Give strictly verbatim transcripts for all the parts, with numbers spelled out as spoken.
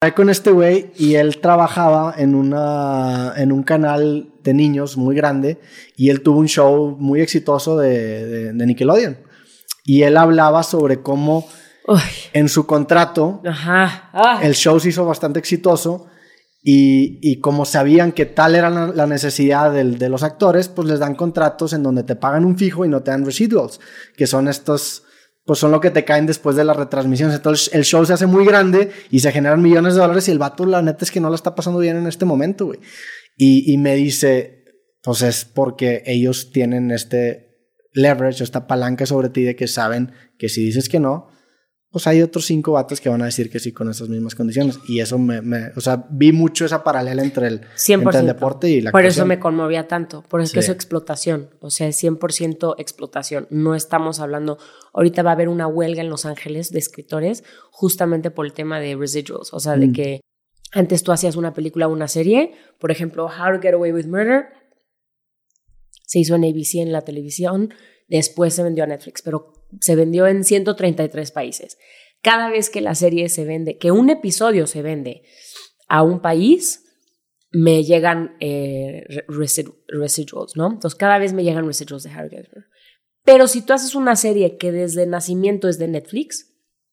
con este güey y él trabajaba en, una, en un canal de niños muy grande y él tuvo un show muy exitoso de, de, de Nickelodeon. Y él hablaba sobre cómo Uy. en su contrato Ajá. Ah. el show se hizo bastante exitoso y, y como sabían que tal era la, la necesidad de, de los actores, pues les dan contratos en donde te pagan un fijo y no te dan residuals, que son estos... pues son lo que te caen después de las retransmisiones. Entonces el show se hace muy grande y se generan millones de dólares y el vato la neta es que no la está pasando bien en este momento, güey. Y, y me dice, pues es porque ellos tienen este leverage, esta palanca sobre ti de que saben que si dices que no, pues hay otros cinco vatos que van a decir que sí con esas mismas condiciones. Y eso me, me o sea, vi mucho esa paralela entre el, entre el deporte y la Por actuación. eso me conmovía tanto, por eso Sí. es que es explotación, o sea, es cien por ciento explotación. No estamos hablando, ahorita va a haber una huelga en Los Ángeles de escritores justamente por el tema de residuals, o sea, mm. de que antes tú hacías una película o una serie, por ejemplo, How to Get Away with Murder, se hizo en A B C en la televisión, después se vendió a Netflix, pero se vendió en ciento treinta y tres países. Cada vez que la serie se vende, que un episodio se vende a un país, me llegan eh, residu- residuals, ¿no? Entonces cada vez me llegan residuals de Harry Potter. Pero si tú haces una serie que desde nacimiento es de Netflix,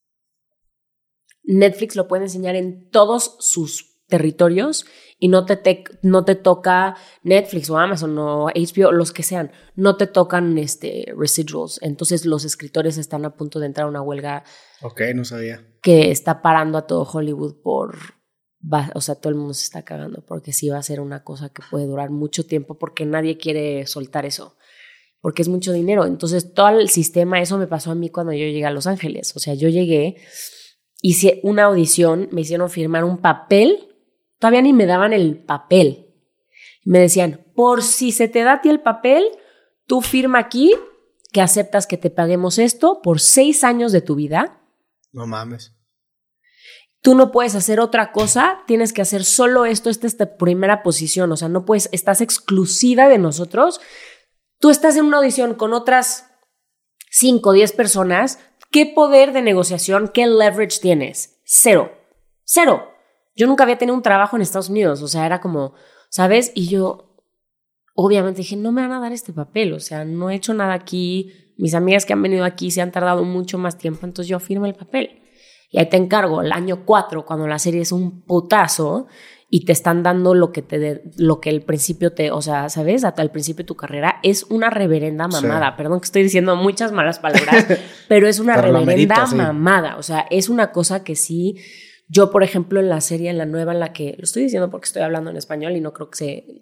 Netflix lo puede enseñar en todos sus territorios y no te, te, no te toca Netflix o Amazon o H B O, los que sean, no te tocan este, residuals. Entonces los escritores están a punto de entrar a una huelga. Ok, no sabía. Que está parando a todo Hollywood por... Va, o sea, todo el mundo se está cagando porque sí va a ser una cosa que puede durar mucho tiempo porque nadie quiere soltar eso, porque es mucho dinero. Entonces todo el sistema, eso me pasó a mí cuando yo llegué a Los Ángeles. O sea, yo llegué, hice una audición, me hicieron firmar un papel, todavía ni me daban el papel. Me decían, por si se te da a ti el papel, tú firma aquí que aceptas que te paguemos esto por seis años de tu vida. No mames. Tú no puedes hacer otra cosa, tienes que hacer solo esto, esta es tu primera posición, o sea, no puedes, estás exclusiva de nosotros. Tú estás en una audición con otras cinco o diez personas, ¿qué poder de negociación, qué leverage tienes? Cero, cero. Yo nunca había tenido un trabajo en Estados Unidos, o sea, era como, ¿sabes? Y yo, obviamente dije, no me van a dar este papel, o sea, no he hecho nada aquí, mis amigas que han venido aquí se han tardado mucho más tiempo, entonces yo firmo el papel. Y ahí te encargo, el año cuatro, cuando la serie es un putazo y te están dando lo que te de, lo que el principio te, o sea, ¿sabes? Hasta el principio de tu carrera es una reverenda mamada. Sí. Perdón que estoy diciendo muchas malas palabras, pero es una reverenda medita, sí. mamada. O sea, es una cosa que sí, yo, por ejemplo, en la serie, en la nueva, en la que, lo estoy diciendo porque estoy hablando en español y no creo que se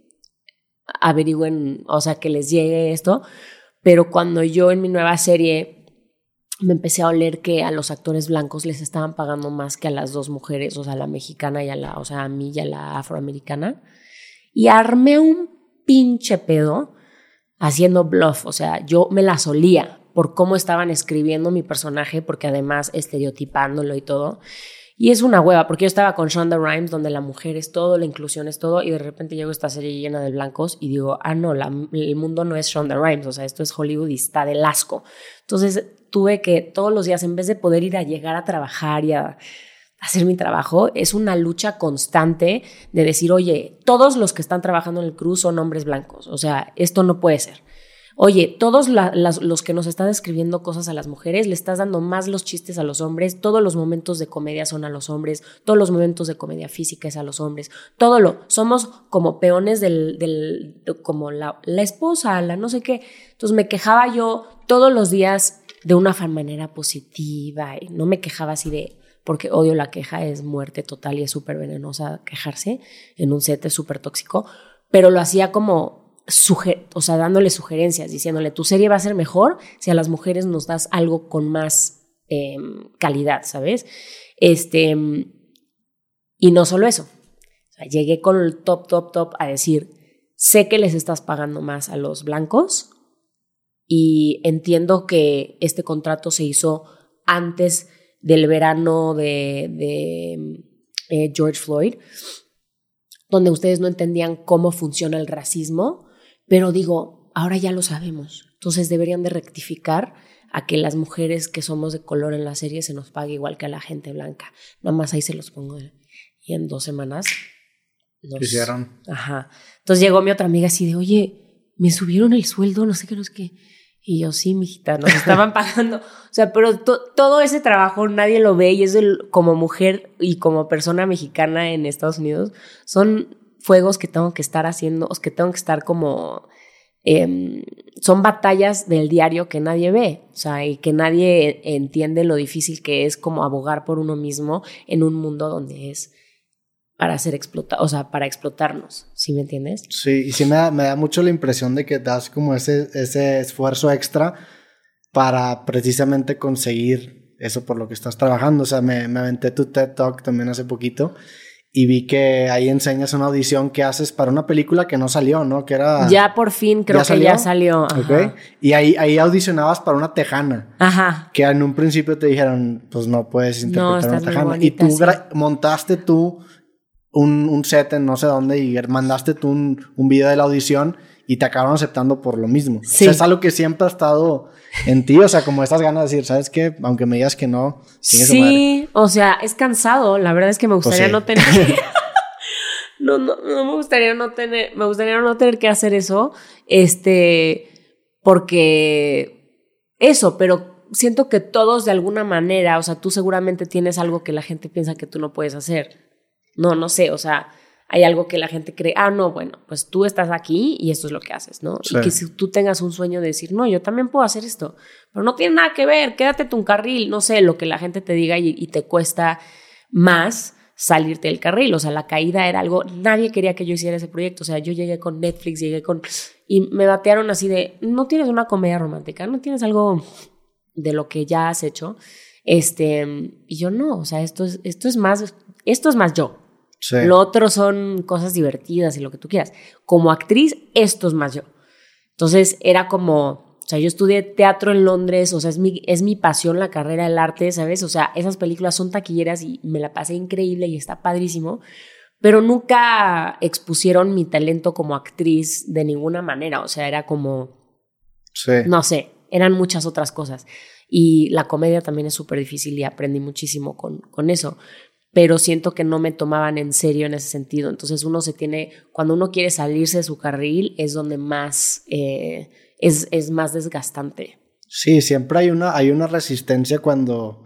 averigüen, o sea, que les llegue esto, pero cuando yo en mi nueva serie me empecé a oler que a los actores blancos les estaban pagando más que a las dos mujeres, o sea, a la mexicana y a la, o sea, a mí y a la afroamericana. Y armé un pinche pedo haciendo bluff, o sea, yo me la solía por cómo estaban escribiendo mi personaje, porque además estereotipándolo y todo. Y es una hueva, porque yo estaba con Shonda Rhimes, donde la mujer es todo, la inclusión es todo, y de repente llego a esta serie llena de blancos y digo, ah, no, la, el mundo no es Shonda Rhimes, o sea, esto es Hollywood y está del asco. Entonces tuve que todos los días, en vez de poder ir a llegar a trabajar y a hacer mi trabajo, es una lucha constante de decir, oye, todos los que están trabajando en el crew son hombres blancos, o sea, esto no puede ser. Oye, todos la, las, los que nos están escribiendo cosas a las mujeres, le estás dando más los chistes a los hombres, todos los momentos de comedia son a los hombres, todos los momentos de comedia física es a los hombres, todo lo, somos como peones del, del como la, la esposa, la no sé qué. Entonces me quejaba yo todos los días de una manera positiva, y no me quejaba así de, porque odio la queja, es muerte total y es súper venenosa quejarse en un set, es súper tóxico, pero lo hacía como Suger- o sea, dándole sugerencias, diciéndole, tu serie va a ser mejor si a las mujeres nos das algo con más eh, calidad, ¿sabes? Este, y no solo eso, o sea, llegué con el top, top, top a decir, sé que les estás pagando más a los blancos y entiendo que este contrato se hizo antes del verano de, de eh, George Floyd, donde ustedes no entendían cómo funciona el racismo, pero digo, ahora ya lo sabemos, entonces deberían de rectificar a que las mujeres que somos de color en la serie se nos pague igual que a la gente blanca, nada más ahí se los pongo. Y en dos semanas nos hicieron. Ajá. Entonces llegó mi otra amiga así de, oye, me subieron el sueldo, no sé qué, no sé qué. Y yo, sí, mijita, nos estaban pagando. O sea, pero to- todo ese trabajo nadie lo ve y es el, como mujer y como persona mexicana en Estados Unidos, son fuegos que tengo que estar haciendo, que tengo que estar como... Eh, son batallas del diario que nadie ve, o sea, y que nadie entiende lo difícil que es como abogar por uno mismo en un mundo donde es para ser explotado, o sea, para explotarnos, ¿sí me entiendes? Sí, y sí me da, me da mucho la impresión de que das como ese, ese esfuerzo extra para precisamente conseguir eso por lo que estás trabajando. O sea, me, me aventé tu TED Talk también hace poquito y vi que ahí enseñas una audición que haces para una película que no salió, ¿no? Que era... Ya por fin creo ¿Ya que salió? ya salió. Ajá. Okay. Y ahí, ahí audicionabas para una tejana. Ajá. Que en un principio te dijeron, pues no puedes interpretar no, una tejana. Bonita, y tú sí. gra- montaste tú un, un set en no sé dónde y mandaste tú un, un video de la audición y te acabaron aceptando por lo mismo. Sí. O sea, es algo que siempre ha estado en ti, o sea, como estas ganas de decir, ¿sabes qué? Aunque me digas que no, sigue su madre. Sí, o sea, es cansado. La verdad es que me gustaría pues sí. no tener... no, no, no me gustaría no tener... Me gustaría no tener que hacer eso. Este... Porque... Eso, pero siento que todos de alguna manera... O sea, tú seguramente tienes algo que la gente piensa que tú no puedes hacer. No, no sé, o sea... Hay algo que la gente cree, ah, no, bueno, pues tú estás aquí y esto es lo que haces, ¿no? Sí. Y que si tú tengas un sueño de decir, no, yo también puedo hacer esto, pero no tiene nada que ver, quédate en un carril, no sé, lo que la gente te diga y, y te cuesta más salirte del carril. O sea, la caída era algo, nadie quería que yo hiciera ese proyecto. O sea, yo llegué con Netflix, llegué con... Y me batearon así de, no tienes una comedia romántica, no tienes algo de lo que ya has hecho. Este, y yo no, o sea, esto es, esto es más, esto es más yo. Sí. Lo otro son cosas divertidas y lo que tú quieras. Como actriz, esto es más yo. Entonces era como, o sea, yo estudié teatro en Londres, o sea, es mi, es mi pasión la carrera del arte, ¿sabes? O sea, esas películas son taquilleras y me la pasé increíble y está padrísimo, pero nunca expusieron mi talento como actriz de ninguna manera. O sea, era como, sí. no sé, eran muchas otras cosas. Y la comedia también es súper difícil y aprendí muchísimo con, con eso. Pero siento que no me tomaban en serio en ese sentido. Entonces uno se tiene, cuando uno quiere salirse de su carril, es donde más, eh, es, es más desgastante. Sí, siempre hay una, hay una resistencia cuando,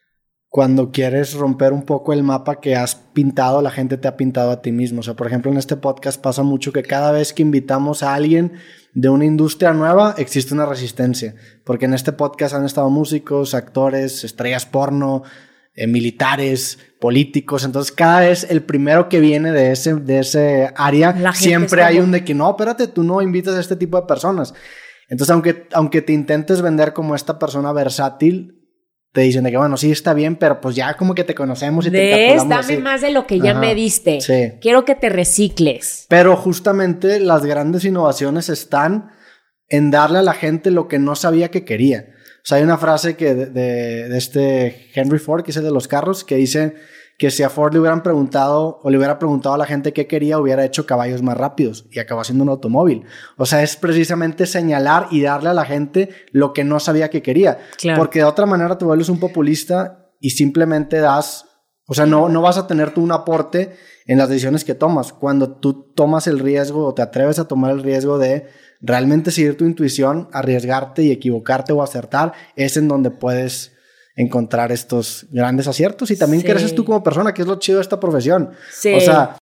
cuando quieres romper un poco el mapa que has pintado, la gente te ha pintado a ti mismo. O sea, por ejemplo, en este podcast pasa mucho que cada vez que invitamos a alguien de una industria nueva, existe una resistencia. Porque en este podcast han estado músicos, actores, estrellas porno, Eh, militares, políticos. Entonces cada vez el primero que viene de ese, de ese área, siempre hay un de que no, espérate, tú no invitas a este tipo de personas. Entonces aunque, aunque te intentes vender como esta persona versátil, te dicen de que bueno, sí está bien, pero pues ya como que te conocemos y de te calculamos dame así. Más de lo que ya Ajá, me diste. Sí. Quiero que te recicles. Pero justamente las grandes innovaciones están en darle a la gente lo que no sabía que quería. O sea, hay una frase que de, de, de este Henry Ford, que es el de los carros, que dice que si a Ford le hubieran preguntado o le hubiera preguntado a la gente qué quería, hubiera hecho caballos más rápidos y acabó haciendo un automóvil. O sea, es precisamente señalar y darle a la gente lo que no sabía que quería. Claro. Porque de otra manera te vuelves un populista y simplemente das... O sea, no, no vas a tener tú un aporte en las decisiones que tomas. Cuando tú tomas el riesgo o te atreves a tomar el riesgo de realmente seguir tu intuición, arriesgarte y equivocarte o acertar, es en donde puedes encontrar estos grandes aciertos y también sí. creces tú como persona, que es lo chido de esta profesión. Sí. O sea,